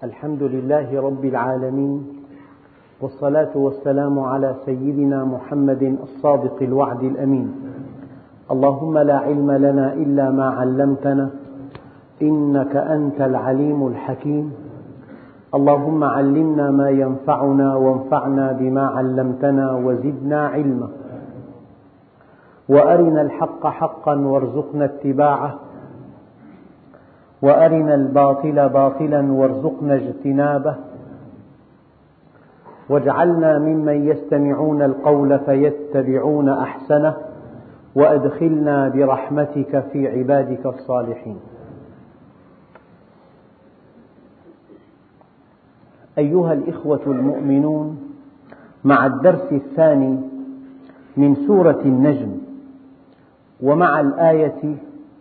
الحمد لله رب العالمين، والصلاة والسلام على سيدنا محمد الصادق الوعد الأمين. اللهم لا علم لنا إلا ما علمتنا إنك أنت العليم الحكيم. اللهم علمنا ما ينفعنا وانفعنا بما علمتنا وزدنا علما، وأرنا الحق حقا وارزقنا اتباعه، وأرنا الباطل باطلا وارزقنا اجتنابه، واجعلنا ممن يستمعون القول فيتبعون أحسنه، وأدخلنا برحمتك في عبادك الصالحين. أيها الإخوة المؤمنون، مع الدرس الثاني من سورة النجم، ومع الآية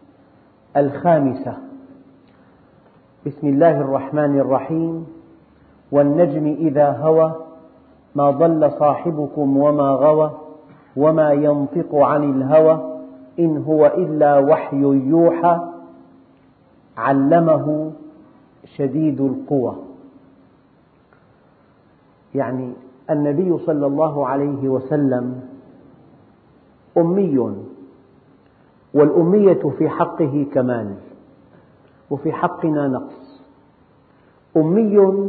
5. بسم الله الرحمن الرحيم: والنجم إذا هوى ما ضل صاحبكم وما غوى وما ينطق عن الهوى إن هو إلا وحي يوحى علمه شديد القوى. يعني النبي صلى الله عليه وسلم أمي، والأمية في حقه كمال وفي حقنا نقص. أمي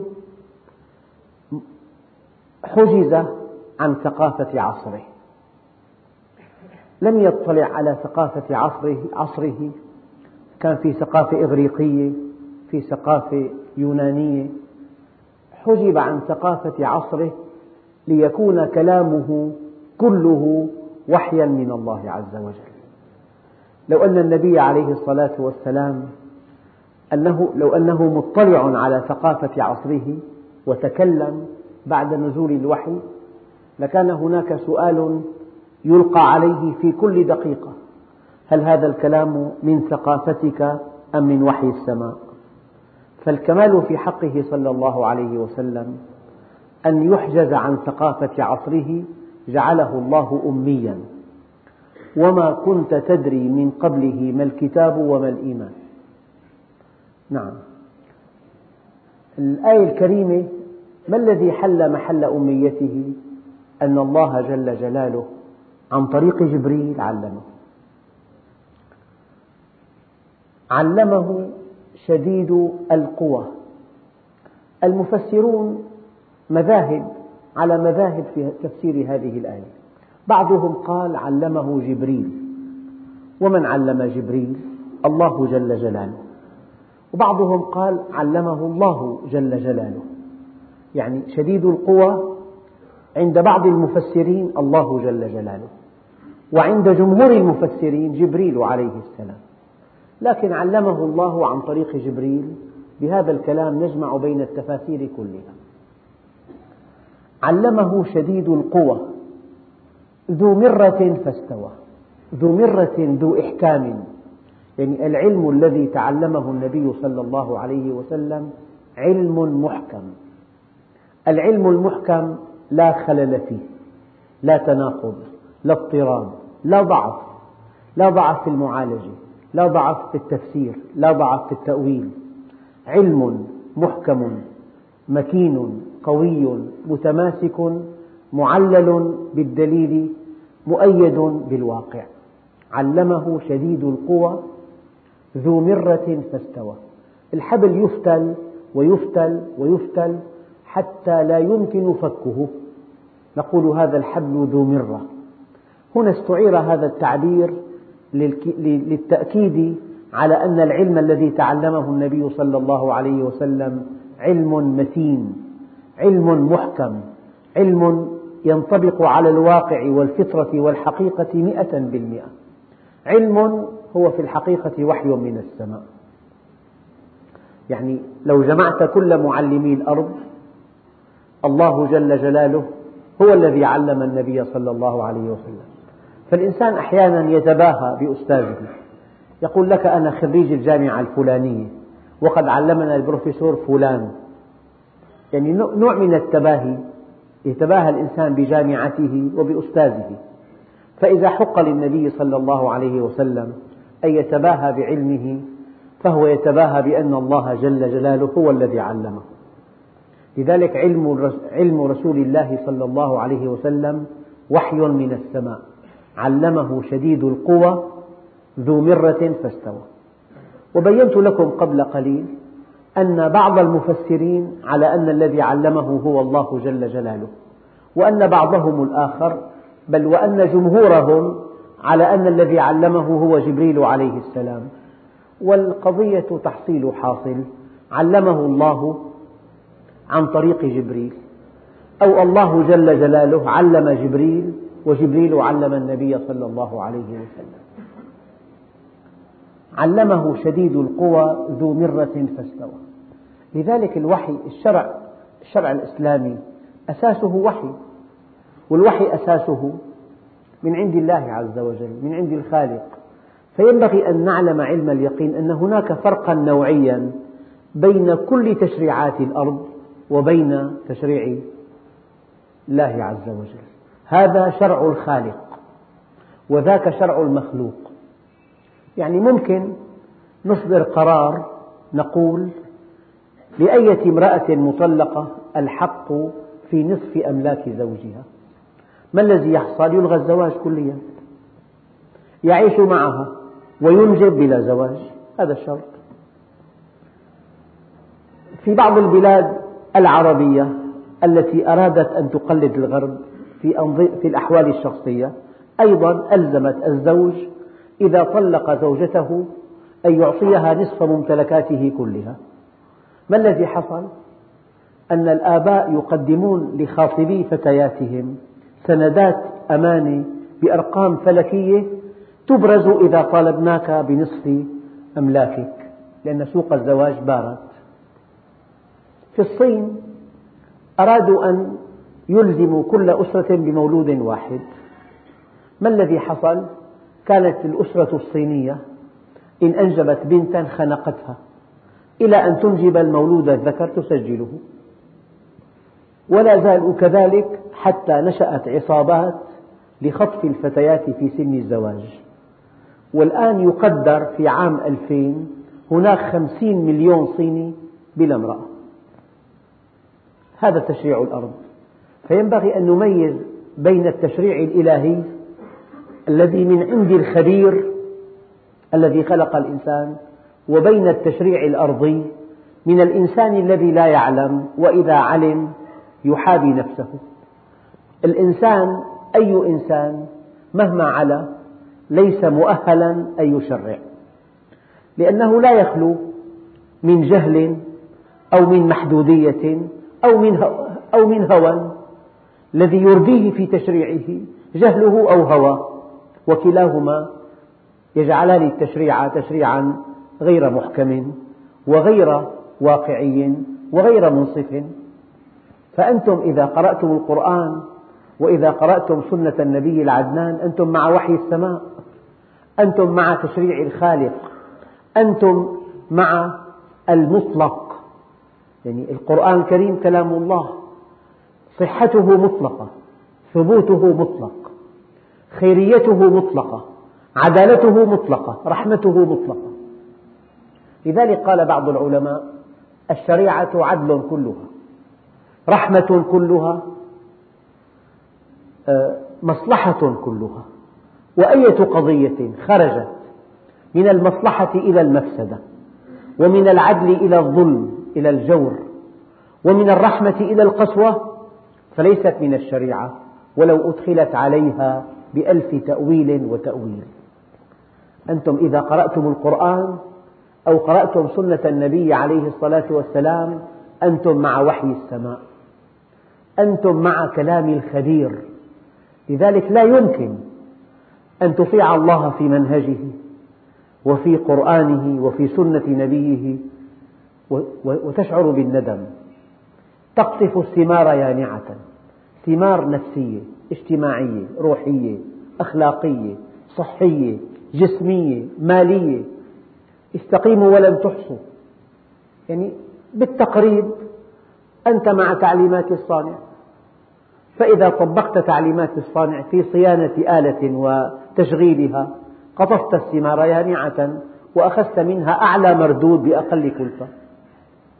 حجز عن ثقافة عصره، لم يطلع على ثقافة عصره. كان في ثقافة إغريقية، في ثقافة يونانية. حجب عن ثقافة عصره ليكون كلامه كله وحيا من الله عز وجل. لو أن النبي عليه الصلاة والسلام لو أنه مطلع على ثقافة عصره وتكلم بعد نزول الوحي، لكان هناك سؤال يلقى عليه في كل دقيقة: هل هذا الكلام من ثقافتك أم من وحي السماء؟ فالكمال في حقه صلى الله عليه وسلم أن يحجز عن ثقافة عصره، جعله الله أميا. وما كنت تدري من قبله ما الكتاب وما الإيمان. نعم، الآية الكريمة ما الذي حل محل أميته؟ أن الله جل جلاله عن طريق جبريل علمه شديد القوى. المفسرون على مذاهب في تفسير هذه الآية. بعضهم قال علمه جبريل، ومن علم جبريل؟ الله جل جلاله. وبعضهم قال علمه الله جل جلاله، يعني شديد القوى عند بعض المفسرين الله جل جلاله، وعند جمهور المفسرين جبريل عليه السلام. لكن علمه الله عن طريق جبريل، بهذا الكلام نجمع بين التفاسير كلها. علمه شديد القوى ذو مرة فاستوى. ذو مرة، ذو إحكام، يعني العلم الذي تعلمه النبي صلى الله عليه وسلم علم محكم. العلم المحكم لا خلل فيه، لا تناقض، لا اضطراب، لا ضعف في المعالجة، لا ضعف في التفسير، لا ضعف في التأويل. علم محكم مكين قوي متماسك معلل بالدليل مؤيد بالواقع. علمه شديد القوى ذو مرة فاستوى. الحبل يفتل ويفتل ويفتل حتى لا يمكن فكه، نقول هذا الحبل ذو مرة. هنا استعير هذا التعبير للتأكيد على أن العلم الذي تعلمه النبي صلى الله عليه وسلم علم متين، علم محكم، علم ينطبق على الواقع والفطرة والحقيقة 100%. علم هو في الحقيقة وحي من السماء. يعني لو جمعت كل معلمي الأرض، الله جل جلاله هو الذي علم النبي صلى الله عليه وسلم. فالإنسان أحيانا يتباهى بأستاذه، يقول لك أنا خريج الجامعة الفلانية وقد علمنا البروفيسور فلان. يعني نوع من التباهي، يتباهى الإنسان بجامعته وبأستاذه. فإذا حق للنبي صلى الله عليه وسلم أن يتباهى بعلمه، فهو يتباهى بأن الله جل جلاله هو الذي علمه. لذلك علم رسول الله صلى الله عليه وسلم وحي من السماء، علمه شديد القوى ذو مرة فاستوى. وبينت لكم قبل قليل أن بعض المفسرين على أن الذي علمه هو الله جل جلاله، وأن بعضهم الآخر بل وأن جمهورهم على أن الذي علمه هو جبريل عليه السلام. والقضية تحصيل حاصل، علمه الله عن طريق جبريل، أو الله جل جلاله علم جبريل وجبريل علم النبي صلى الله عليه وسلم. علمه شديد القوى ذو مرة فاستوى. لذلك الوحي الشرع الإسلامي أساسه وحي، والوحي أساسه من عند الله عز وجل، من عند الخالق. فينبغي أن نعلم علم اليقين أن هناك فرقا نوعيا بين كل تشريعات الأرض وبين تشريع الله عز وجل. هذا شرع الخالق وذاك شرع المخلوق. يعني ممكن نصدر قرار نقول لأية امرأة مطلقة الحق في نصف أملاك زوجها، ما الذي يحصل؟ يلغى الزواج كليا، يعيش معها وينجب بلا زواج، هذا الشرط. في بعض البلاد العربية التي أرادت أن تقلد الغرب في الأحوال الشخصية أيضا ألزمت الزوج إذا طلق زوجته أن يعطيها نصف ممتلكاته كلها. ما الذي حصل؟ أن الآباء يقدمون لخاطبي فتياتهم سندات أمانة بأرقام فلكية تبرز إذا طالبناك بنصف أملاكك، لأن سوق الزواج بارد. في الصين أرادوا أن يلزموا كل أسرة بمولود واحد. ما الذي حصل؟ كانت الأسرة الصينية إن أنجبت بنتا خنقتها إلى أن تنجب المولود الذكر تسجله، ولا زالوا كذلك حتى نشأت عصابات لخطف الفتيات في سن الزواج. والآن يقدر في عام 2000 هناك 50 مليون صيني بلا امرأة. هذا تشريع الأرض. فينبغي أن نميز بين التشريع الإلهي الذي من عند الخبير الذي خلق الإنسان، وبين التشريع الأرضي من الإنسان الذي لا يعلم، وإذا علم يحابي نفسه. الإنسان أي إنسان مهما علا ليس مؤهلا أن يشرع، لأنه لا يخلو من جهل أو من محدودية أو من هوى. الذي يرضيه في تشريعه جهله أو هوى، وكلاهما يجعلان التشريع تشريعا غير محكم وغير واقعي وغير منصف. فأنتم إذا قرأتم القرآن وإذا قرأتم سنة النبي العدنان أنتم مع وحي السماء، أنتم مع تشريع الخالق، أنتم مع المطلق. يعني القرآن الكريم كلام الله، صحته مطلقة، ثبوته مطلق، خيريته مطلقة، عدالته مطلقة، رحمته مطلقة. لذلك قال بعض العلماء: الشريعة عدل كلها، رحمة كلها، مصلحة كلها. وأية قضية خرجت من المصلحة إلى المفسدة، ومن العدل إلى الظلم إلى الجور، ومن الرحمة إلى القسوة، فليست من الشريعة ولو أدخلت عليها ب1000 تأويل وتأويل. أنتم إذا قرأتم القرآن أو قرأتم سنة النبي عليه الصلاة والسلام أنتم مع وحي السماء، أنتم مع كلام الخبير. لذلك لا يمكن أن تطيع الله في منهجه وفي قرآنه وفي سنة نبيه وتشعر بالندم. تقطف الثمار يانعة، ثمار نفسية، اجتماعية، روحية، أخلاقية، صحية، جسمية، مالية. استقيموا ولن تحصوا. يعني بالتقريب أنت مع تعليمات الصانع، فإذا طبقت تعليمات الصانع في صيانة آلة وتشغيلها قطفت الثمار يانعة وأخذت منها أعلى مردود بأقل كلفة.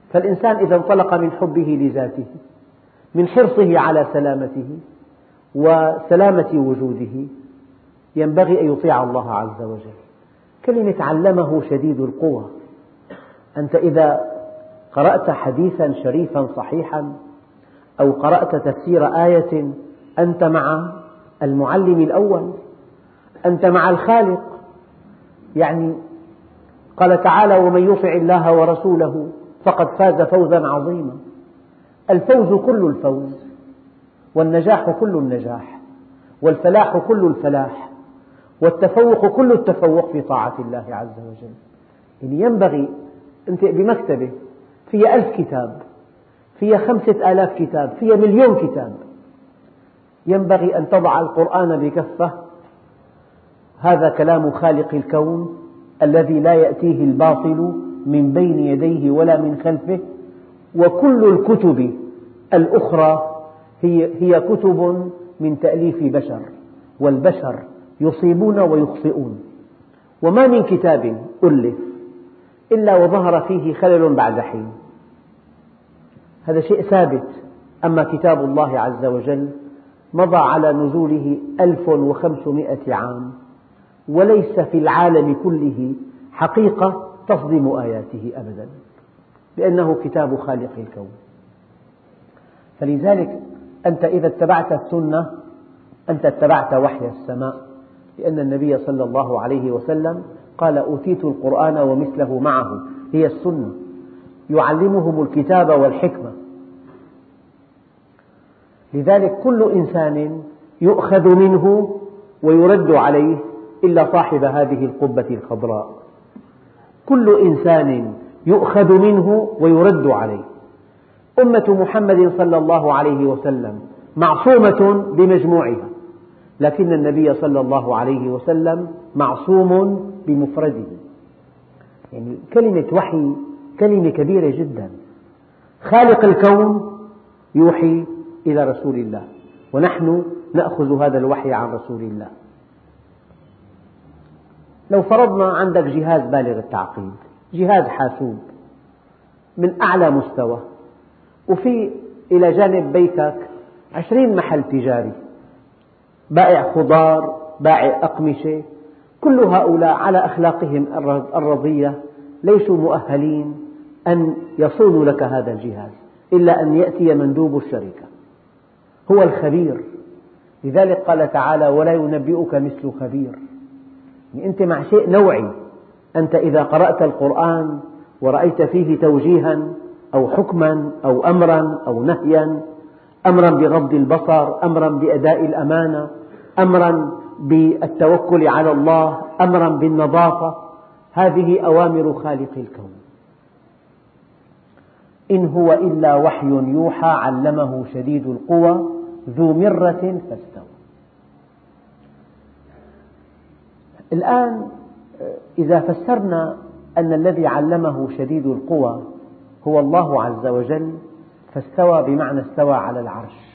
فالإنسان إذا انطلق من حبه لذاته، من حرصه على سلامته وسلامة وجوده، ينبغي أن يطيع الله عز وجل. كلمة علمه شديد القوى، أنت إذا قرأت حديثا شريفا صحيحا أو قرأت تفسير آية أنت مع المعلم الأول، أنت مع الخالق. يعني قال تعالى: ومن يطع الله ورسوله فقد فاز فوزا عظيما. الفوز كل الفوز، والنجاح كل النجاح، والفلاح كل الفلاح، والتفوق كل التفوق في طاعة الله عز وجل. يعني ينبغي، أنت بمكتبة فيها 1000 كتاب، فيها 5000 كتاب، فيها 1,000,000 كتاب، ينبغي أن تضع القرآن بكفة. هذا كلام خالق الكون الذي لا يأتيه الباطل من بين يديه ولا من خلفه، وكل الكتب الأخرى هي كتب من تأليف بشر، والبشر يصيبون ويخطئون، وما من كتاب ألف إلا وظهر فيه خلل بعد حين. هذا شيء ثابت. أما كتاب الله عز وجل مضى على نزوله 1500 عام، وليس في العالم كله حقيقة تصدم آياته أبدا، لأنه كتاب خالق الكون. فلذلك أنت إذا اتبعت السنة أنت اتبعت وحي السماء، لأن النبي صلى الله عليه وسلم قال: أوتيت القرآن ومثله معه، هي السنة، يعلمهم الكتاب والحكمة. لذلك كل إنسان يؤخذ منه ويرد عليه إلا صاحب هذه القبة الخضراء. كل إنسان يؤخذ منه ويرد عليه. أمة محمد صلى الله عليه وسلم معصومة بمجموعها، لكن النبي صلى الله عليه وسلم معصوم بمفرده. يعني كلمة وحي كلمة كبيرة جدا. خالق الكون يوحي إلى رسول الله، ونحن نأخذ هذا الوحي عن رسول الله. لو فرضنا عندك جهاز بالغ التعقيد، جهاز حاسوب من أعلى مستوى، وفي إلى جانب بيتك 20 محل تجاري، بائع خضار، بائع أقمشة، كل هؤلاء على أخلاقهم الرضية ليسوا مؤهلين أن يصونوا لك هذا الجهاز، إلا أن يأتي مندوب الشركة هو الخبير. لذلك قال تعالى: ولا ينبئك مثل خبير. يعني أنت مع شيء نوعي. أنت إذا قرأت القرآن ورأيت فيه توجيها أو حكما أو أمرا أو نهيا، أمرا بغض البصر، أمرا بأداء الأمانة، أمرا بالتوكل على الله، أمرا بالنظافة، هذه أوامر خالق الكون. إن هو إلا وحي يوحى علمه شديد القوى ذو مرة فاستوى. الآن إذا فسرنا أن الذي علمه شديد القوى هو الله عز وجل، فاستوى بمعنى استوى على العرش،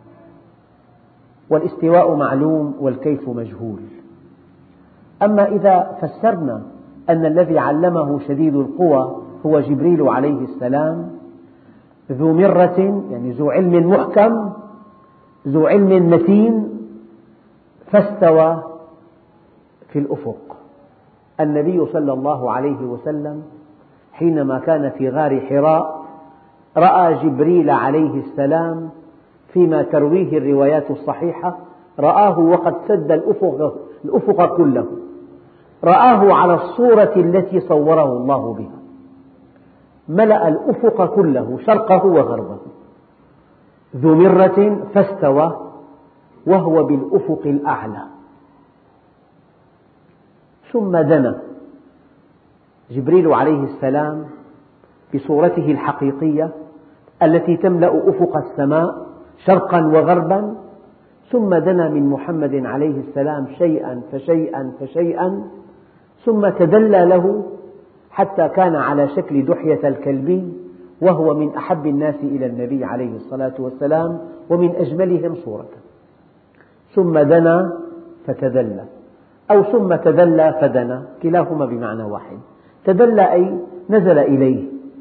والاستواء معلوم والكيف مجهول. أما إذا فسرنا أن الذي علمه شديد القوى هو جبريل عليه السلام، ذو مرة يعني ذو علم محكم، ذو علم متين، فاستوى في الأفق. النبي صلى الله عليه وسلم حينما كان في غار حراء رأى جبريل عليه السلام فيما ترويه الروايات الصحيحة، رآه وقد سد الأفق كله، رآه على الصورة التي صوره الله بها، ملأ الأفق كله شرقه وغربه. ذو مرة فاستوى وهو بالأفق الأعلى. ثم دنا جبريل عليه السلام بصورته الحقيقية التي تملأ أفق السماء شرقا وغربا، ثم دنا من محمد عليه السلام شيئا فشيئا فشيئا، ثم تدلى له حتى كان على شكل دحية الكلبي، وهو من أحب الناس إلى النبي عليه الصلاة والسلام ومن أجملهم صورة. ثم دنا فتدلى، أو ثم تدلى فدنا، كلاهما بمعنى واحد. تدلى أي نزل إليه،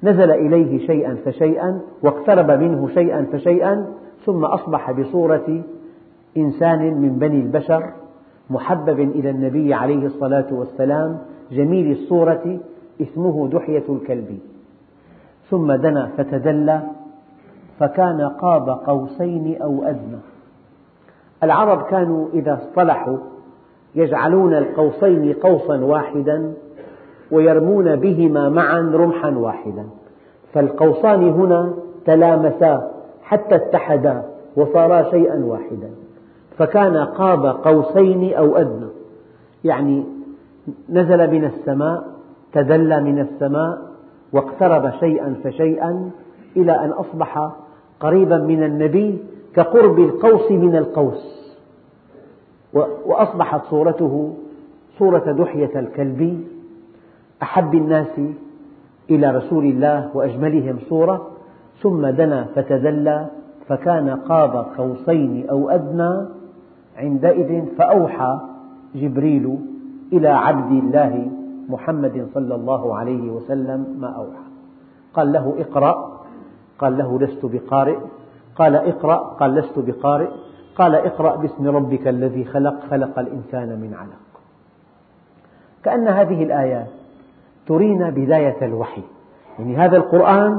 نزل إليه شيئا فشيئا واقترب منه شيئا فشيئا، ثم أصبح بصورة إنسان من بني البشر محبب إلى النبي عليه الصلاة والسلام، جميل الصورة، اسمه دحية الكلبي. ثم دنا فتدلى فكان قاب قوسين أو أدنى. العرب كانوا إذا اصطلحوا يجعلون القوسين قوسا واحدا ويرمون بهما معا رمحا واحدا، فالقوسان هنا تلامسا حتى اتحدا وصارا شيئا واحدا، فكان قاب قوسين أو أدنى، يعني نزل من السماء، تدلى من السماء، واقترب شيئا فشيئا إلى أن أصبح قريبا من النبي كقرب القوس من القوس، وأصبحت صورته صورة دحية الكلبي، أحب الناس إلى رسول الله وأجملهم صورة. ثم دنا فتدلى فكان قاب قوسين أو أدنى. عندئذ فأوحى جبريل إلى عبد الله محمد صلى الله عليه وسلم ما أوحى، قال له اقرأ، قال له لست بقارئ، قال اقرأ، قال لست بقارئ، قال اقرأ باسم ربك الذي خلق، خلق الإنسان من علق. كأن هذه الآيات ترينا بداية الوحي، يعني هذا القرآن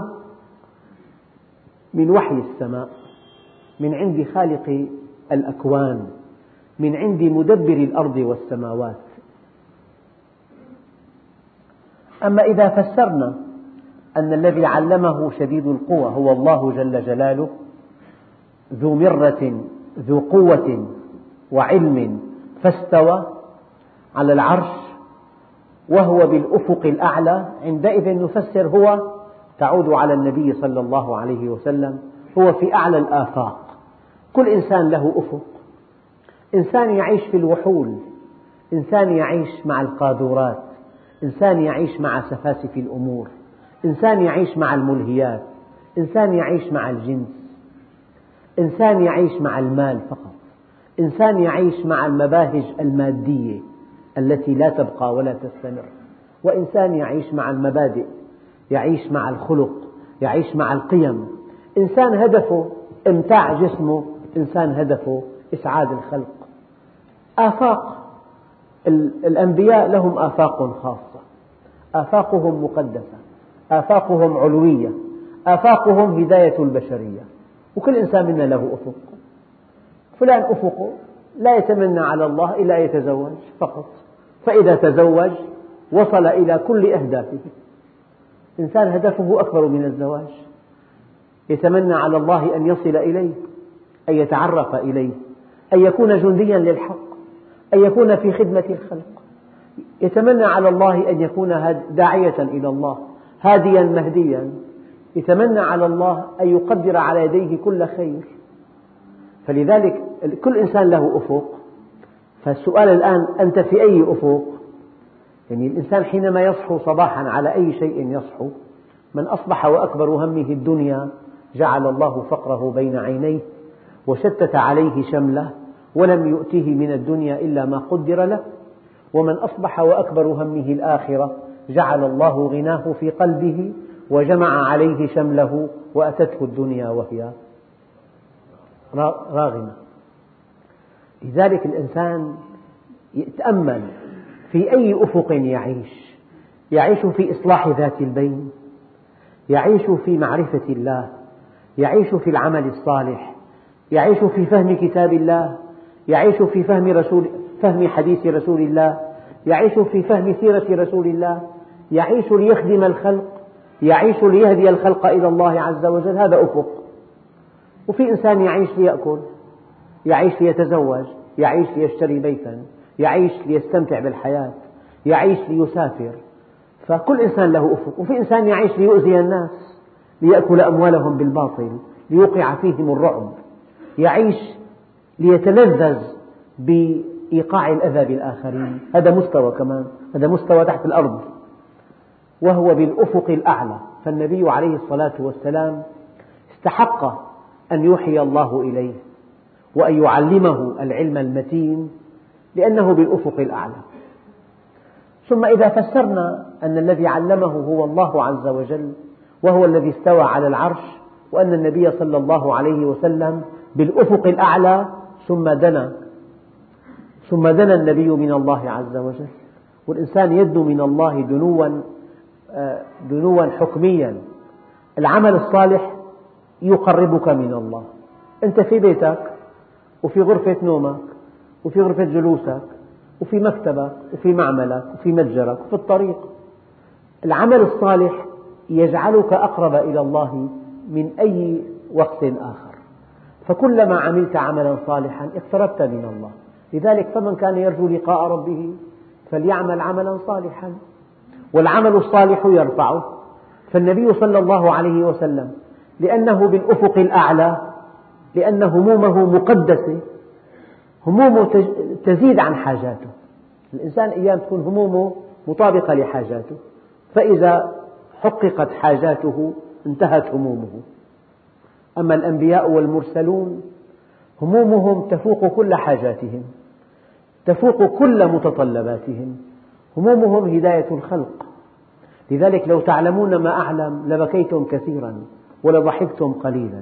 من وحي السماء، من عند خالق الأكوان، من عند مدبر الأرض والسماوات. أما إذا فسرنا أن الذي علمه شديد القوى هو الله جل جلاله، ذو مرة ذو قوة وعلم، فاستوى على العرش وهو بالأفق الأعلى، عندئذ نفسر هو تعود على النبي صلى الله عليه وسلم، هو في أعلى الآفاق. كل إنسان له أفق، إنسان يعيش في الوحول، إنسان يعيش مع القاذورات، إنسان يعيش مع سفاسف الأمور، إنسان يعيش مع الملهيات، إنسان يعيش مع الجنس، إنسان يعيش مع المال فقط، إنسان يعيش مع المباهج المادية التي لا تبقى ولا تستمر، وإنسان يعيش مع المبادئ، يعيش مع الخلق، يعيش مع القيم. إنسان هدفه إمتاع جسمه، إنسان هدفه إسعاد الخلق. آفاق الأنبياء لهم آفاق خاصة، آفاقهم مقدسة، آفاقهم علوية، آفاقهم هداية البشرية، وكل إنسان منا له أفق. فلان أفقه لا يتمنى على الله إلا يتزوج فقط، فإذا تزوج وصل إلى كل أهدافه. إنسان هدفه أكبر من الزواج، يتمنى على الله أن يصل إليه، أن يتعرف إليه، أن يكون جنديا للحق، أن يكون في خدمة الخلق، يتمنى على الله أن يكون داعية إلى الله، هاديا مهديا، يتمنى على الله أن يقدر على يديه كل خير. فلذلك كل إنسان له أفق. فالسؤال الآن أنت في أي أفق؟ يعني الإنسان حينما يصحو صباحا على أي شيء يصحو؟ من أصبح وأكبر همه الدنيا جعل الله فقره بين عينيه وشتت عليه شمله ولم يؤته من الدنيا إلا ما قدر له، ومن أصبح وأكبر همه الآخرة جعل الله غناه في قلبه وجمع عليه شمله وأتته الدنيا وهي راغمة. لذلك الإنسان يتأمل في أي أفق يعيش، يعيش في إصلاح ذات البين، يعيش في معرفة الله، يعيش في العمل الصالح، يعيش في فهم كتاب الله، يعيش في فهم حديث رسول الله، يعيش في فهم سيرة رسول الله، يعيش ليخدم الخلق، يعيش ليهدي الخلق إلى الله عز وجل. هذا أفق. وفي إنسان يعيش ليأكل، يعيش ليتزوج، يعيش ليشتري بيتا، يعيش ليستمتع بالحياة، يعيش ليسافر. فكل إنسان له أفق. وفي إنسان يعيش ليؤذي الناس، ليأكل أموالهم بالباطل، ليوقع فيهم الرعب، يعيش ليتلذذ بإيقاع الأذى بالآخرين. هذا مستوى كمان، هذا مستوى تحت الأرض، وهو بالأفق الأعلى. فالنبي عليه الصلاة والسلام استحق أن يوحي الله إليه وأن يعلمه العلم المتين لأنه بالأفق الأعلى. ثم إذا فسرنا أن الذي علمه هو الله عز وجل، وهو الذي استوى على العرش، وأن النبي صلى الله عليه وسلم بالأفق الأعلى ثم دنا النبي من الله عز وجل. والإنسان يدنو من الله دنوا حكميا. العمل الصالح يقربك من الله. أنت في بيتك وفي غرفة نومك وفي غرفة جلوسك وفي مكتبك وفي معملك وفي متجرك وفي الطريق. العمل الصالح يجعلك أقرب إلى الله من أي وقت آخر، فكلما عملت عملا صالحا اقتربت من الله. لذلك فمن كان يرجو لقاء ربه فليعمل عملا صالحا، والعمل الصالح يرفعه. فالنبي صلى الله عليه وسلم لأنه بالأفق الأعلى، لأن همومه مقدسة، همومه تزيد عن حاجاته. الإنسان أيام تكون همومه مطابقة لحاجاته، فإذا حققت حاجاته انتهت همومه. أما الأنبياء والمرسلون همومهم تفوق كل حاجاتهم، تفوق كل متطلباتهم. همومهم هداية الخلق. لذلك لو تعلمون ما أعلم لبكيتم كثيرا ولضحكتم قليلا.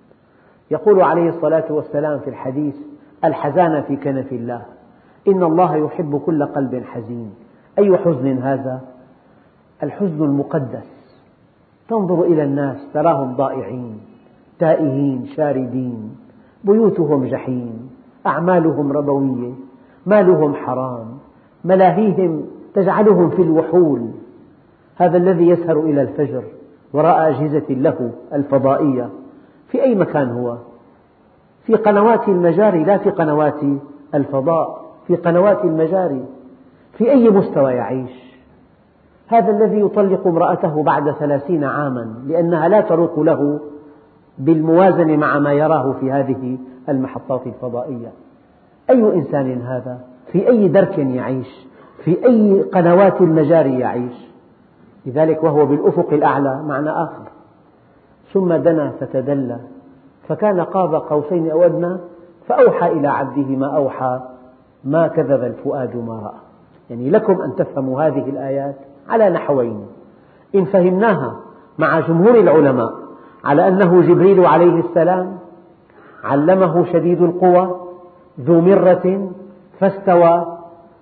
يقول عليه الصلاة والسلام في الحديث: الحزان في كنف الله، إن الله يحب كل قلب حزين. أي حزن هذا؟ الحزن المقدس. تنظر إلى الناس تراهم ضائعين تائهين شاردين، بيوتهم جحيم، أعمالهم ربوية، مالهم حرام، ملاهيهم تجعلهم في الوحول. هذا الذي يسهر إلى الفجر وراء أجهزة له الفضائية في أي مكان هو؟ في قنوات المجاري، لا في قنوات الفضاء، في قنوات المجاري. في أي مستوى يعيش؟ هذا الذي يطلق امرأته بعد 30 عاما لأنها لا تروق له بالموازنة مع ما يراه في هذه المحطات الفضائية. أي إنسان هذا؟ في أي درك يعيش؟ في أي قنوات المجاري يعيش؟ لذلك وهو بالأفق الأعلى معنى آخر. ثم دنا فتدلى فكان قاب قوسين أو أدنى فأوحى إلى عبده ما أوحى، ما كذب الفؤاد ما رأى. يعني لكم أن تفهموا هذه الآيات على نحوين: إن فهمناها مع جمهور العلماء على أنه جبريل عليه السلام علمه شديد القوى ذو مرة فاستوى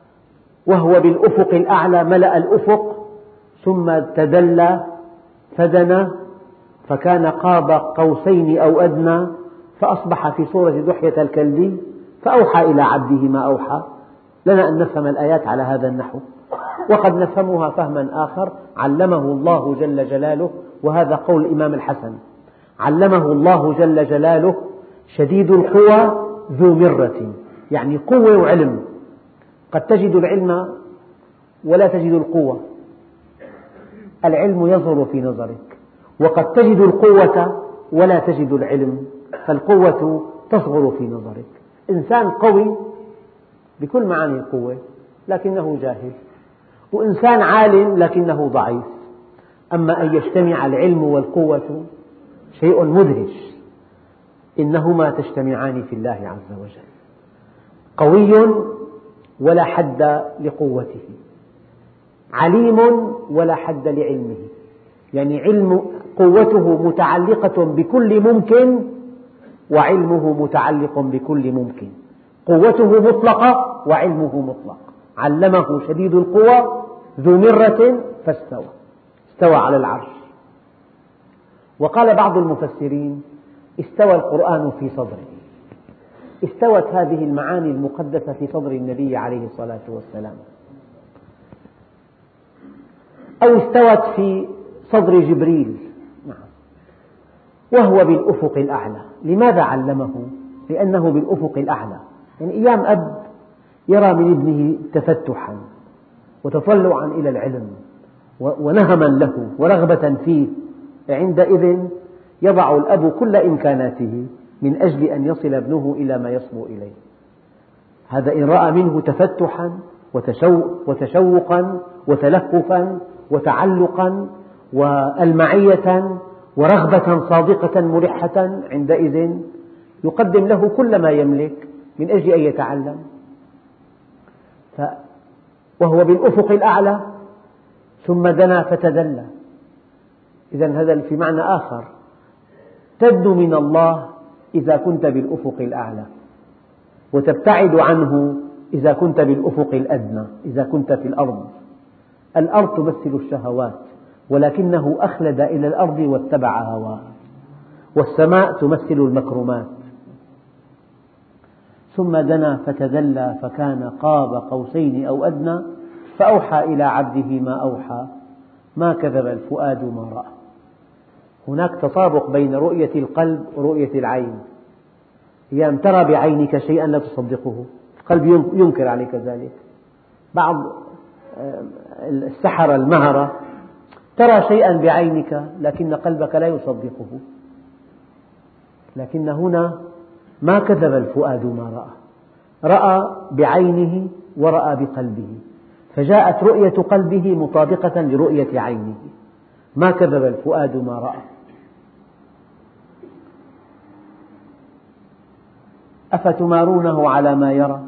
وهو بالأفق الأعلى ملأ الأفق، ثم تدلى فدنا فكان قاب قوسين أو أدنى فأصبح في صورة دحية الكلبي فأوحى إلى عبده ما أوحى. لنا أن نفهم الآيات على هذا النحو، وقد نفهمها فهما آخر: علمه الله جل جلاله، وهذا قول الإمام الحسن، علمه الله جل جلاله شديد القوى ذو مرة، يعني قوة وعلم. قد تجد العلم ولا تجد القوة، العلم يظهر في نظرك، وقد تجد القوة ولا تجد العلم، فالقوة تصغر في نظرك. إنسان قوي بكل معاني القوة لكنه جاهل، وإنسان عالم لكنه ضعيف. أما أن يجتمع العلم والقوة شيء مدهش، إنهما تجتمعان في الله عز وجل. قوي ولا حد لقوته، عليم ولا حد لعلمه، يعني قوته متعلقة بكل ممكن وعلمه متعلق بكل ممكن. قوته مطلقة وعلمه مطلق. علمه شديد القوى ذو مرة فاستوى، استوى على العرش. وقال بعض المفسرين: استوى القرآن في صدره. استوت هذه المعاني المقدسة في صدر النبي عليه الصلاة والسلام، أو استوت في صدر جبريل، وهو بالأفق الأعلى. لماذا علمه؟ لأنه بالأفق الأعلى. يعني أيام أب يرى من ابنه تفتحا وتطلعا إلى العلم ونهما له ورغبة فيه، عندئذ يضع الأب كل إمكاناته من أجل أن يصل ابنه إلى ما يصبو إليه. هذا إن رأى منه تفتحا وتشوقا وتلهفا وتعلقا وألمعية ورغبة صادقة ملحة، عندئذ يقدم له كل ما يملك من أجل أن يتعلم. وهو بالأفق الأعلى ثم دنا فتدلى، إذن هذا في معنى آخر، تدنو من الله إذا كنت بالأفق الأعلى، وتبتعد عنه إذا كنت بالأفق الأدنى، إذا كنت في الأرض. الأرض تمثل الشهوات، ولكنه أخلد إلى الأرض واتبع هواه، والسماء تمثل المكرمات. ثم دنا فتدلى فكان قاب قوسين أو أدنى فأوحى إلى عبده ما أوحى ما كذب الفؤاد ما رأى. هناك تطابق بين رؤية القلب ورؤية العين. أيام ترى بعينك شيئا لا تصدقه، القلب ينكر عليك ذلك. بعض السحرة المهرة ترى شيئا بعينك لكن قلبك لا يصدقه. لكن هنا ما كذب الفؤاد ما رأى، رأى بعينه ورأى بقلبه، فجاءت رؤية قلبه مطابقة لرؤية عينه. ما كذب الفؤاد ما رأى. أفتمارونه على ما يرى.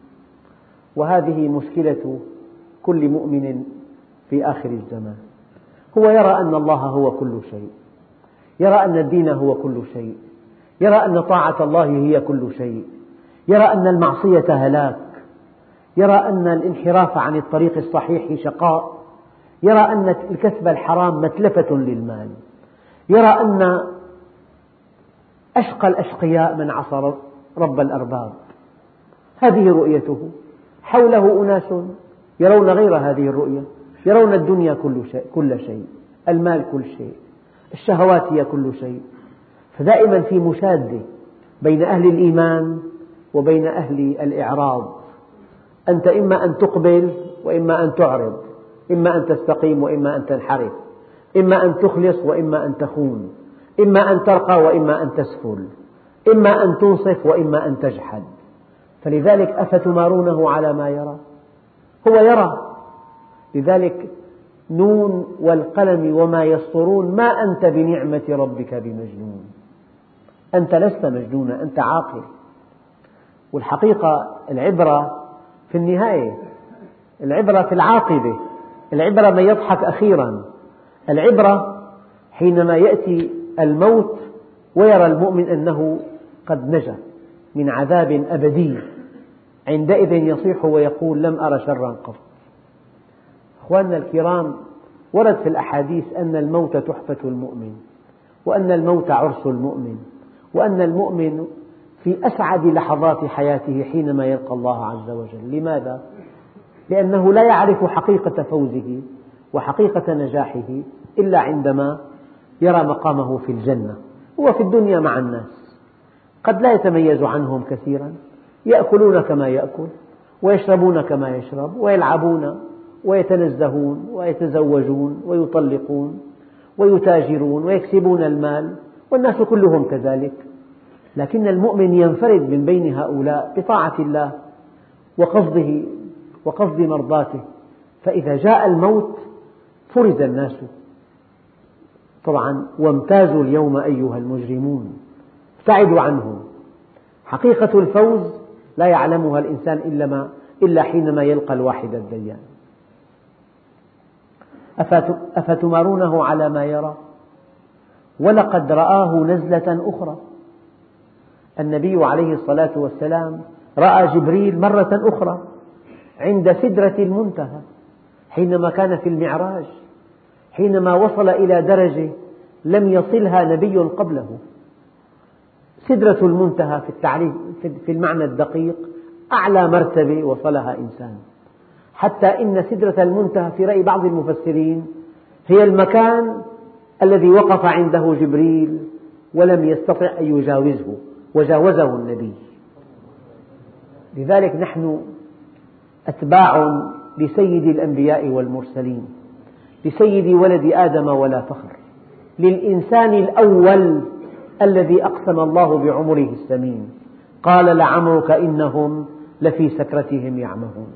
وهذه مشكلة كل مؤمن في آخر الزمان، هو يرى أن الله هو كل شيء، يرى أن الدين هو كل شيء، يرى أن طاعة الله هي كل شيء، يرى أن المعصية هلاك، يرى أن الانحراف عن الطريق الصحيح شقاء، يرى أن الكسب الحرام متلفة للمال، يرى أن أشقى الأشقياء من عصى رب الأرباب. هذه رؤيته. حوله أناس يرون غير هذه الرؤية، يرون الدنيا كل شيء، المال كل شيء، الشهوات هي كل شيء. فدائما في مشادة بين أهل الإيمان وبين أهل الإعراض. أنت إما أن تقبل وإما أن تعرض، إما أن تستقيم وإما أن تنحرف، إما أن تخلص وإما أن تخون، إما أن ترقى وإما أن تسفل، إما أن تنصف وإما أن تجحد. فلذلك أفتمارونه على ما يرى. هو يرى. لذلك نون والقلم وما يسطرون ما أنت بنعمة ربك بمجنون. أنت لست مجنونا، أنت عاقل. والحقيقة العبرة في النهاية، العبرة في العاقبة، العبرة من يضحك أخيرا. العبرة حينما يأتي الموت ويرى المؤمن أنه قد نجا من عذاب أبدي، عندئذ يصيح ويقول لم أر شرا قط. أخواننا الكرام، ورد في الأحاديث أن الموت تحفة المؤمن، وأن الموت عرس المؤمن، وأن المؤمن في أسعد لحظات حياته حينما يلقى الله عز وجل. لماذا؟ لأنه لا يعرف حقيقة فوزه وحقيقة نجاحه إلا عندما يرى مقامه في الجنة. هو في الدنيا مع الناس قد لا يتميز عنهم كثيرا، يأكلون كما يأكل ويشربون كما يشرب ويلعبون ويتنزهون ويتزوجون ويطلقون ويتاجرون ويكسبون المال، والناس كلهم كذلك. لكن المؤمن ينفرد من بين هؤلاء بطاعة الله وقصد مرضاته. فإذا جاء الموت فرز الناس. طبعا وامتازوا اليوم أيها المجرمون، ابتعدوا عنهم. حقيقة الفوز لا يعلمها الإنسان إلا حينما يلقى الواحد الديان. أفتمارونه على ما يرى. ولقد رآه نزلة أخرى. النبي عليه الصلاة والسلام رأى جبريل مرة أخرى عند سدرة المنتهى حينما كان في المعراج، حينما وصل إلى درجة لم يصلها نبي قبله. سدرة المنتهى في التعريف في المعنى الدقيق أعلى مرتبة وصلها إنسان، حتى إن سدرة المنتهى في رأي بعض المفسرين هي المكان الذي وقف عنده جبريل ولم يستطع أن يجاوزه، وجاوزه النبي. لذلك نحن أتباع لسيد الأنبياء والمرسلين، لسيد ولد آدم ولا فخر، للإنسان الأول الذي أقسم الله بعمره الثمين، قال لعمرك إنهم لفي سكرتهم يعمهون.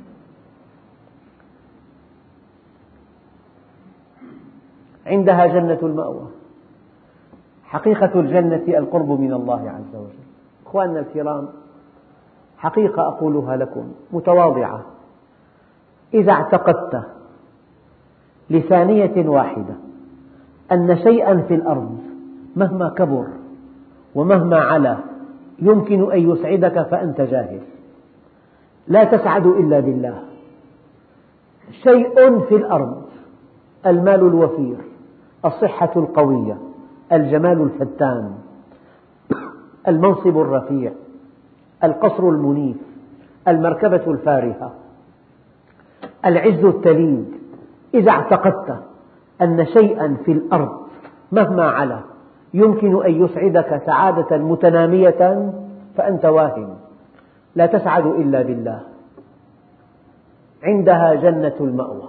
عندها جنة المأوى. حقيقة الجنة القرب من الله عز وجل. أخواننا الكرام، حقيقة أقولها لكم متواضعة، إذا اعتقدت لثانية واحدة أن شيئا في الأرض مهما كبر ومهما علا يمكن أن يسعدك فأنت جاهل، لا تسعد إلا بالله. شيء في الأرض: المال الوفير، الصحة القوية، الجمال الفتان، المنصب الرفيع، القصر المنيف، المركبة الفارهة، العز التليد. إذا اعتقدت أن شيئا في الأرض مهما علا يمكن أن يسعدك سعادة متنامية فأنت واهم، لا تسعد إلا بالله. عندها جنة المأوى.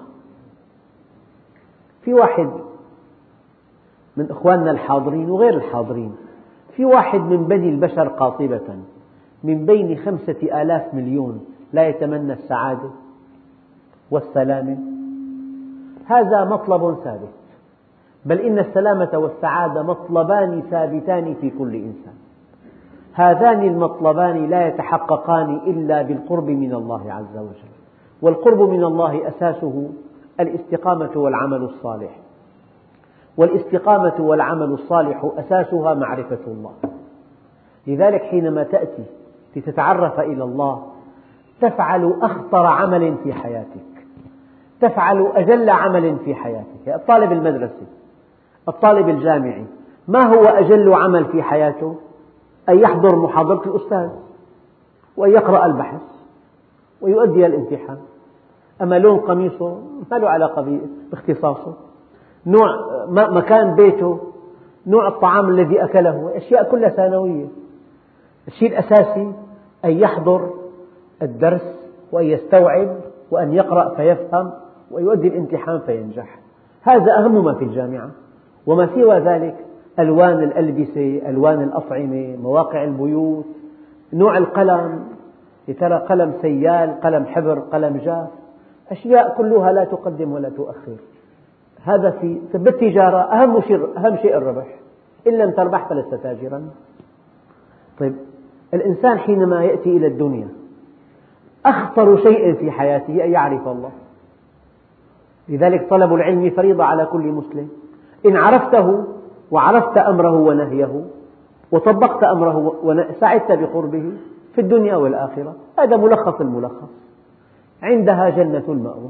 في واحد من إخواننا الحاضرين وغير الحاضرين، في واحد من بني البشر قاطبة من بين 5,000 مليون لا يتمنى السعادة والسلامة؟ هذا مطلب ثابت، بل إن السلامة والسعادة مطلبان ثابتان في كل إنسان. هذان المطلبان لا يتحققان إلا بالقرب من الله عز وجل، والقرب من الله أساسه الاستقامة والعمل الصالح، والاستقامة والعمل الصالح أساسها معرفة الله. لذلك حينما تأتي لتتعرف إلى الله تفعل أخطر عمل في حياتك، تفعل أجل عمل في حياتك. الطالب المدرسي، الطالب الجامعي، ما هو أجل عمل في حياته؟ أن يحضر محاضرة الأستاذ وأن يقرأ البحث ويؤدي الامتحان. أما لون قميصه ما له علاقة باختصاصه، نوع مكان بيته، نوع الطعام الذي أكله، أشياء كلها ثانوية. الشيء الأساسي أن يحضر الدرس وأن يستوعب وأن يقرأ فيفهم ويؤدي الامتحان فينجح. هذا أهم ما في الجامعة، وما سوى ذلك ألوان الألبسة، ألوان الأطعمة، مواقع البيوت، نوع القلم، يا ترى قلم سيال، قلم حبر، قلم جاف، أشياء كلها لا تقدم ولا تؤخر. هذا في بالتجارة أهم شيء الربح، إن لم تربح فلست تاجرا. طيب، الإنسان حينما يأتي إلى الدنيا أخطر شيء في حياته أن يعرف الله. لذلك طلب العلم فريضة على كل مسلم. إن عرفته وعرفت أمره ونهيه وطبقت أمره سعدت بقربه في الدنيا والآخرة. هذا ملخص الملخص. عندها جنة المأوى.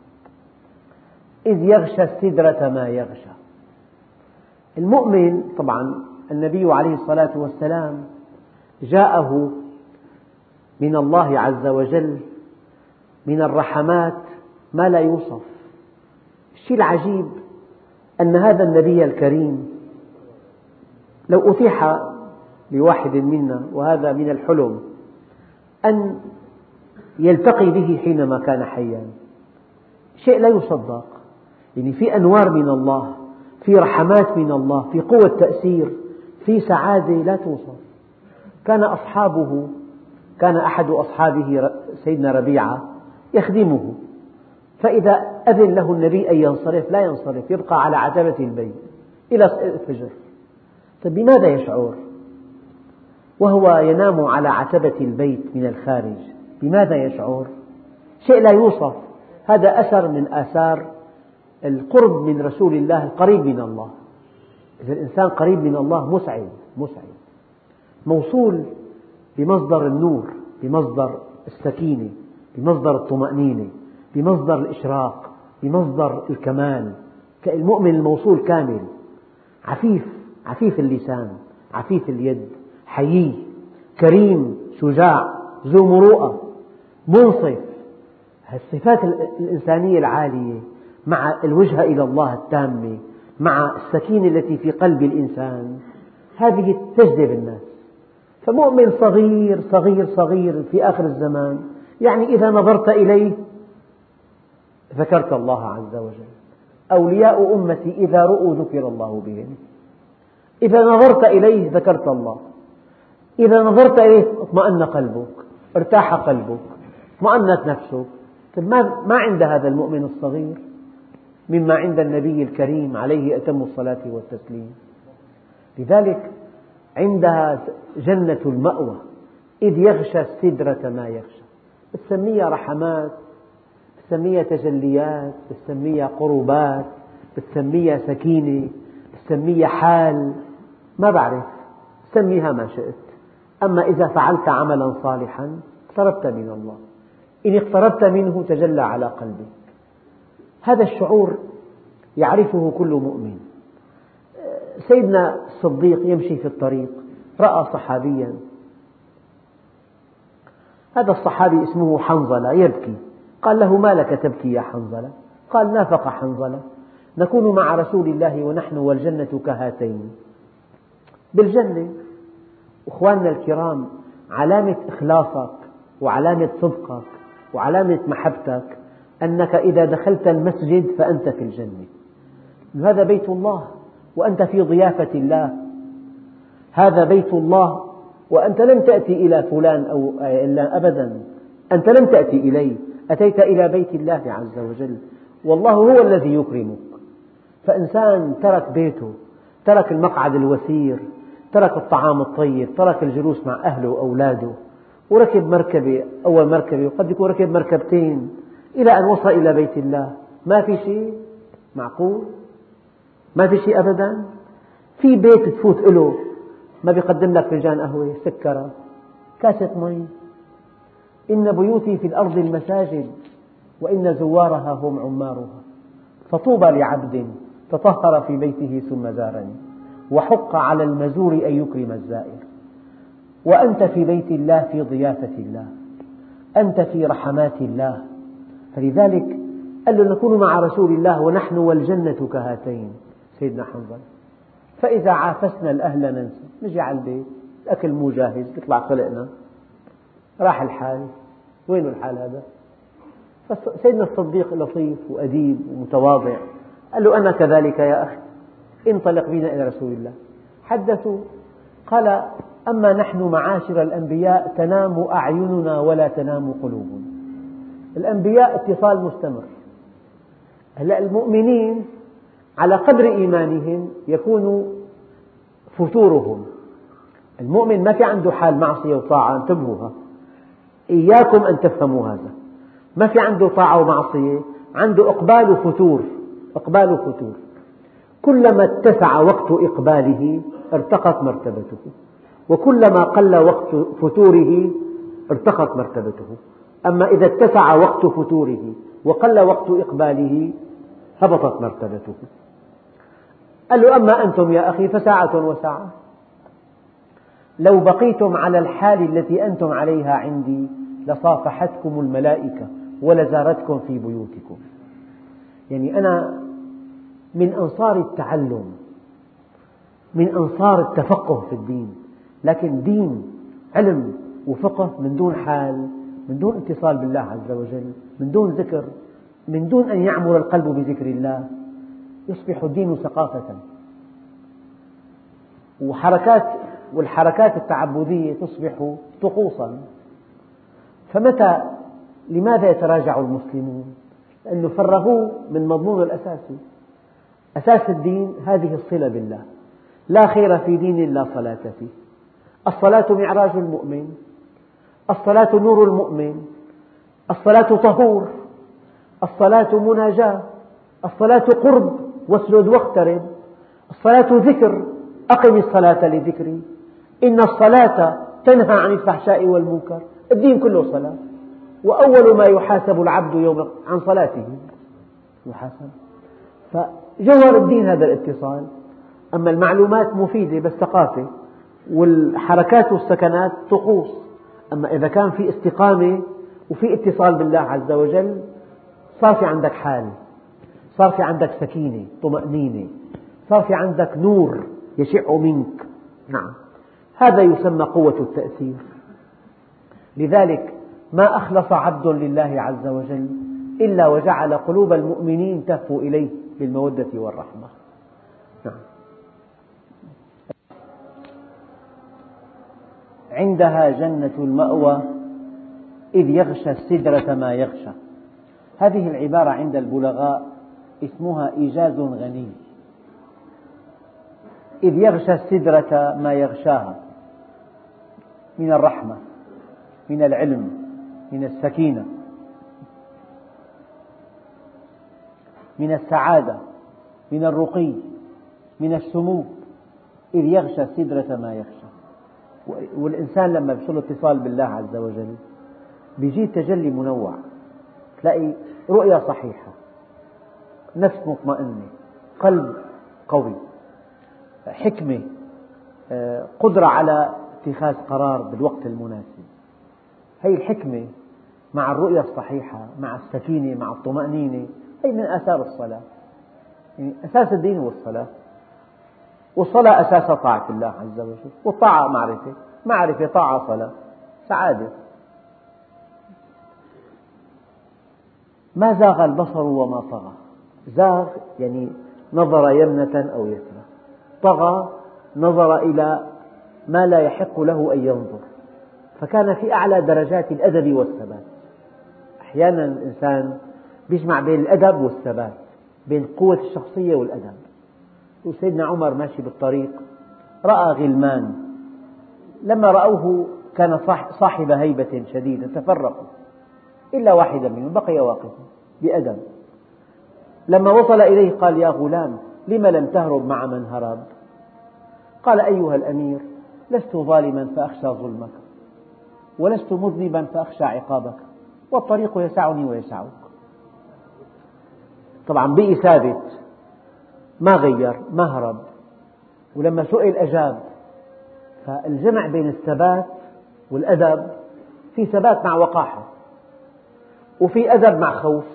إذ يغشى السدرة ما يغشى. المؤمن طبعا النبي عليه الصلاة والسلام جاءه من الله عز وجل من الرحمات ما لا يوصف. الشيء العجيب أن هذا النبي الكريم لو أتيح لواحد منا، وهذا من الحلم، أن يلتقي به حينما كان حيا، شيء لا يصدق. يعني في أنوار من الله، في رحمات من الله، في قوة تأثير، في سعادة لا توصف. كان أحد أصحابه سيدنا ربيعة يخدمه، فإذا أذن له النبي أن ينصرف لا ينصرف، يبقى على عتبة البيت إلى الفجر. طيب بماذا يشعر وهو ينام على عتبة البيت من الخارج؟ بماذا يشعر؟ شيء لا يوصف. هذا أثر من آثار القرب من رسول الله، القريب من الله. إذا الإنسان قريب من الله مسعد، موصول بمصدر النور، بمصدر السكينة، بمصدر الطمأنينة، بمصدر الإشراق، بمصدر الكمال. المؤمن الموصول كامل، عفيف اللسان، عفيف اليد، حيي، كريم، شجاع، ذو مروءة، منصف. الصفات الإنسانية العالية مع الوجهة إلى الله التامة، مع السكينة التي في قلب الإنسان، هذه تجذب الناس. فمؤمن صغير صغير صغير في آخر الزمان، يعني إذا نظرت إليه ذكرت الله عز وجل. أولياء أمتي إذا رؤوا ذكر الله بهم. إذا نظرت إليه ذكرت الله، إذا نظرت إليه اطمأن قلبك، ارتاح قلبك، اطمأنت نفسك. ما عند هذا المؤمن الصغير مما عند النبي الكريم عليه أتم الصلاة والتسليم. لذلك عندها جنة المأوى. إذ يغشى السدرة ما يغشى. بتسميها رحمات، بتسميها تجليات، بتسميها قربات، بتسميها سكينة، سميها حال، ما بعرف، سميها ما شئت. أما إذا فعلت عملا صالحا اقتربت من الله، إن اقتربت منه تجلى على قلبك. هذا الشعور يعرفه كل مؤمن. سيدنا الصديق يمشي في الطريق رأى صحابيا، هذا الصحابي اسمه حنظلة يبكي، قال له: ما لك تبكي يا حنظلة؟ قال: نافق حنظلة، نكون مع رسول الله ونحن والجنة كهاتين. بالجنة. أخواننا الكرام، علامة إخلاصك وعلامة صدقك وعلامة محبتك أنك إذا دخلت المسجد فأنت في الجنة. هذا بيت الله وأنت في ضيافة الله، هذا بيت الله وأنت لم تأتي إلى فلان أو إلا أبدا، أنت لم تأتي إليه، أتيت إلى بيت الله عز وجل، والله هو الذي يكرمك. فإنسان ترك بيته، ترك المقعد الوثير، ترك الطعام الطيب، ترك الجلوس مع أهله وأولاده، وركب مركبة، أول مركبة، وقد يكون ركب مركبتين إلى أن وصل إلى بيت الله. ما في شيء معقول؟ ما في شيء أبدا. في بيت تفوت له ما بيقدم لك فنجان قهوة، سكرة، كاسة مي. إن بيوتي في الأرض المساجد وإن زوارها هم عمارها، فطوبى لعبد تطهر في بيته ثم زارني، وحق على المزور أن يكرم الزائر. وأنت في بيت الله في ضيافة الله، أنت في رحمات الله. فلذلك قال له: نكون مع رسول الله ونحن والجنة كهاتين. سيدنا حنظلة: فإذا عافسنا الأهل ننسى، نجي على البيت الأكل مو جاهز، يطلع خلقنا، راح الحال. وين الحال هذا؟ فسيدنا الصديق لطيف وأديب ومتواضع، قال له: أنا كذلك يا أخي، انطلق بنا إلى رسول الله. حدثوا، قال: أما نحن معاشر الأنبياء تنام أعيننا ولا تنام قلوبنا. الأنبياء اتصال مستمر. هلأ المؤمنين على قدر إيمانهم يكون فتورهم. المؤمن ما في عنده حال معصية وطاعة، انتبهوا، إياكم أن تفهموا هذا. ما في عنده طاعة ومعصية، عنده إقبال وفتور. إقبال وفتور، كلما اتسع وقت إقباله ارتقت مرتبته، وكلما قل وقت فتوره ارتقت مرتبته. أما إذا اتسع وقت فتوره وقل وقت إقباله هبطت مرتبته. قال له: أما أنتم يا أخي فساعة وساعة، لو بقيتم على الحال التي أنتم عليها عندي لصافحتكم الملائكة ولزارتكم في بيوتكم. يعني أنا من أنصار التعلم، من أنصار التفقه في الدين، لكن دين، علم وفقه من دون حال، من دون اتصال بالله عز وجل، من دون ذكر، من دون أن يعمر القلب بذكر الله، يصبح الدين ثقافة وحركات، والحركات التعبدية تصبح طقوسا. لماذا يتراجع المسلمون؟ لأنه فرغوه من مضمون الأساسي. أساس الدين هذه الصلة بالله، لا خير في دين لا صلاة فيه. الصلاة معراج المؤمن، الصلاة نور المؤمن، الصلاة طهور، الصلاة مناجاة، الصلاة قرب واسجد واقترب، الصلاة ذكر، أقم الصلاة لذكري، إن الصلاة تنهى عن الفحشاء والمنكر. الدين كله صلاة، وأول ما يحاسب العبد يوم عن صلاته يحاسب. فجوهر الدين هذا الاتصال. أما المعلومات مفيدة بس ثقافة، والحركات والسكنات طقوس. أما إذا كان في استقامة وفي اتصال بالله عز وجل صار في عندك حال، صار في عندك سكينة طمأنينة، صار في عندك نور يشع منك. نعم، هذا يسمى قوة التأثير. لذلك ما أخلص عبد لله عز وجل إلا وجعل قلوب المؤمنين تهفو إليه بالمودة والرحمة. نعم. عندها جنة المأوى إذ يغشى السدرة ما يغشى. هذه العبارة عند البلغاء اسمها إيجاز غني. إذ يغشى السدرة ما يغشاها من الرحمة، من العلم، من السكينة، من السعادة، من الرقي. من السمو إذ يغشى السدرة ما يغشى. والإنسان لما يصل اتصال بالله عز وجل بيجي تجلي منوع، تلاقي رؤية صحيحة، نفس مطمئنة، قلب قوي، حكمة، قدرة على اتخاذ قرار بالوقت المناسب. هذه الحكمة مع الرؤية الصحيحة مع السكينة مع الطمأنينة هي من آثار الصلاة. يعني أساس الدين هو الصلاة، والصلاة أساس طاعة الله عز وجل، والطاعة معرفة، معرفة طاعة صلاة، سعادة. ما زاغ البصر وما طغى. زاغ يعني نظر يمنة أو يسرى، طغى نظر إلى ما لا يحق له أن ينظر، فكان في أعلى درجات الأدب والثبات. أحيانا الإنسان يجمع بين الأدب والثبات، بين قوة الشخصية والأدب. وسيدنا عمر ماشي بالطريق رأى غلمان، لما رأوه كان صاحب هيبة شديدة، تفرقوا إلا واحدا منهم بقي واقفا بأدب. لما وصل إليه قال: يا غلام، لم لم تهرب مع من هرب؟ قال: أيها الأمير، لست ظالما فأخشى ظلمك، ولست مذنبا فأخشى عقابك، والطريق يسعني ويسعك. طبعا بقي ثابت، ما غير، ما هرب، ولما سئل أجاب. فالجمع بين الثبات والأدب، في ثبات مع وقاحة، وفي أدب مع خوف.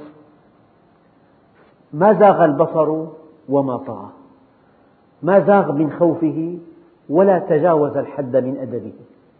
ما زاغ البصر وما طغى، ما زاغ من خوفه ولا تجاوز الحد من أدبه.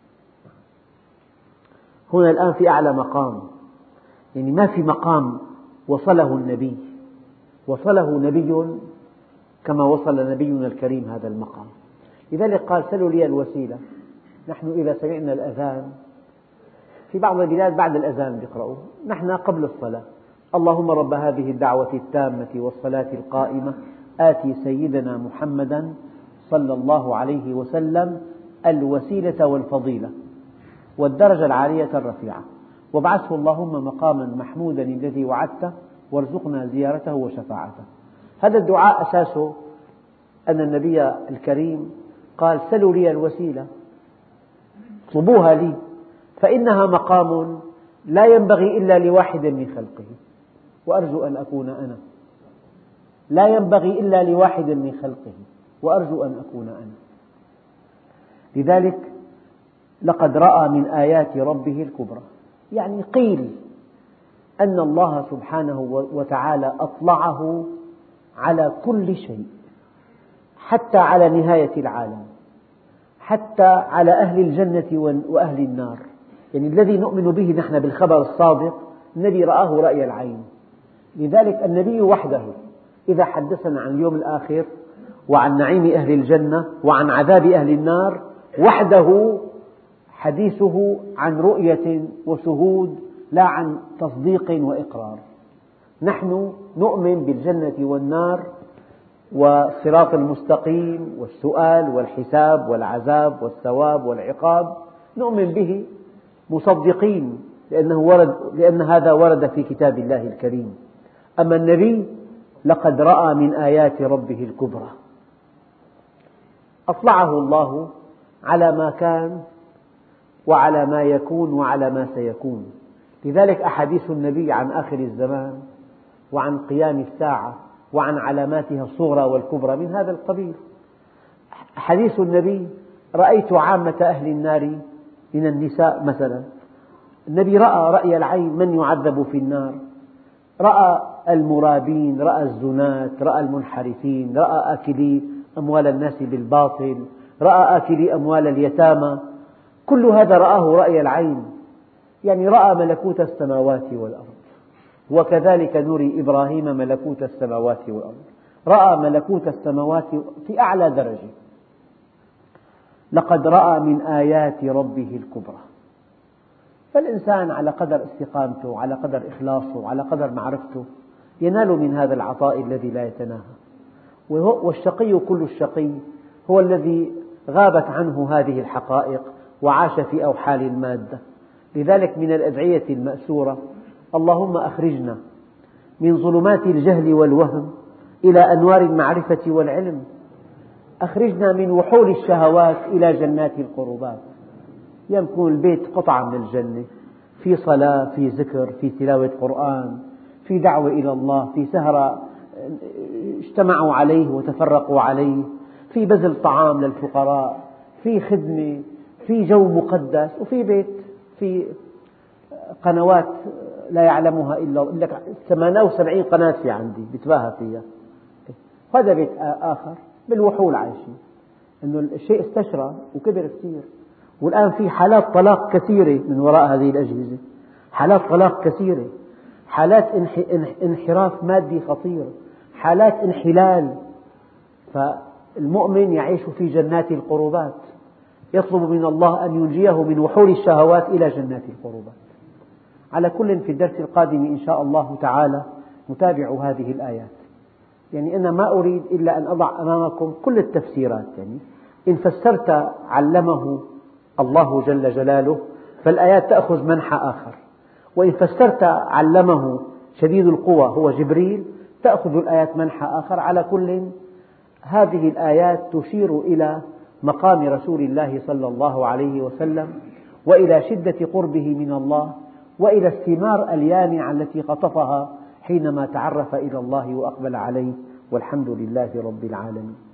هنا الآن في أعلى مقام، يعني ما في مقام وصله النبي، وصله نبي كما وصل نبينا الكريم هذا المقام. لذلك قال: سلوا لي الوسيلة. نحن إذا سمعنا الأذان، في بعض البلاد بعد الأذان يقرأوا، نحن قبل الصلاة: اللهم رب هذه الدعوة التامة والصلاة القائمة آتي سيدنا محمدا صلى الله عليه وسلم الوسيلة والفضيلة والدرجة العالية الرفيعة، وابعثه اللهم مقاما محمودا الذي وعدته، وارزقنا زيارته وشفاعته. هذا الدعاء أساسه أن النبي الكريم قال: سلوا لي الوسيلة، اطلبوها لي، فإنها مقام لا ينبغي إلا لواحد من خلقه، وأرجو أن أكون أنا. لا ينبغي إلا لواحد من خلقه، وأرجو أن أكون أنا. لذلك لقد رأى من آيات ربه الكبرى. يعني قيل أن الله سبحانه وتعالى أطلعه على كل شيء، حتى على نهاية العالم، حتى على أهل الجنة وأهل النار. يعني الذي نؤمن به نحن بالخبر الصادق، النبي رآه رأي العين. لذلك النبي وحده إذا حدثنا عن اليوم الآخر وعن نعيم أهل الجنة وعن عذاب أهل النار، وحده حديثه عن رؤية وشهود، لا عن تصديق وإقرار. نحن نؤمن بالجنة والنار والصراط المستقيم والسؤال والحساب والعذاب والثواب والعقاب، نؤمن به مصدقين، لأن هذا ورد في كتاب الله الكريم. أما النبي لقد رأى من آيات ربه الكبرى، أطلعه الله على ما كان وعلى ما يكون وعلى ما سيكون. لذلك أحاديث النبي عن آخر الزمان وعن قيام الساعة وعن علاماتها الصغرى والكبرى من هذا القبيل. حديث النبي: رأيت عامة أهل النار من النساء مثلا. النبي رأى رأي العين من يعذب في النار، رأى المرابين، رأى الزناة، رأى المنحرفين، رأى آكلي أموال الناس بالباطل، رأى آكلي أموال اليتامى. كل هذا رآه رأي العين، يعني رأى ملكوت السماوات والأرض. وكذلك نري إبراهيم ملكوت السماوات والأرض، رأى ملكوت السماوات في أعلى درجة. لقد رأى من آيات ربه الكبرى. فالإنسان على قدر استقامته، على قدر إخلاصه، على قدر معرفته، ينال من هذا العطاء الذي لا يتناهى. والشقي كل الشقي هو الذي غابت عنه هذه الحقائق وعاش في أوحال المادة. لذلك من الأدعية المأثورة: اللهم أخرجنا من ظلمات الجهل والوهم إلى أنوار المعرفة والعلم. أخرجنا من وحول الشهوات إلى جنات القربات. يكون البيت قطعة من الجنة، في صلاة، في ذكر، في تلاوة قرآن، في دعوة إلى الله، في سهرة اجتمعوا عليه وتفرقوا عليه، في بذل طعام للفقراء، في خدمة، في جو مقدس، وفي بيت، في قنوات لا يعلمها إلا الله، لك 78 قناة في عندي بتباهى فيها. هذا بيت آخر بالوحول عايشين، إنه الشيء استشرى وكبر كثير. والآن في حالات طلاق كثيرة من وراء هذه الأجهزة، حالات طلاق كثيرة، حالات انحراف مادي خطير، حالات انحلال. فالمؤمن يعيش في جنات القربات، يطلب من الله أن ينجيه من وحول الشهوات إلى جنات القربات. على كل، في الدرس القادم إن شاء الله تعالى نتابع هذه الآيات. يعني أنا ما أريد إلا أن أضع أمامكم كل التفسيرات. يعني إن فسرت علمه الله جل جلاله فالآيات تأخذ منحى آخر، وإن فسرت علمه شديد القوى هو جبريل تأخذ الآيات منحى آخر. على كل، هذه الآيات تشير إلى مقام رسول الله صلى الله عليه وسلم، وإلى شدة قربه من الله، وإلى الثمار اليانعة التي قطفها حينما تعرف إلى الله وأقبل عليه، والحمد لله رب العالمين.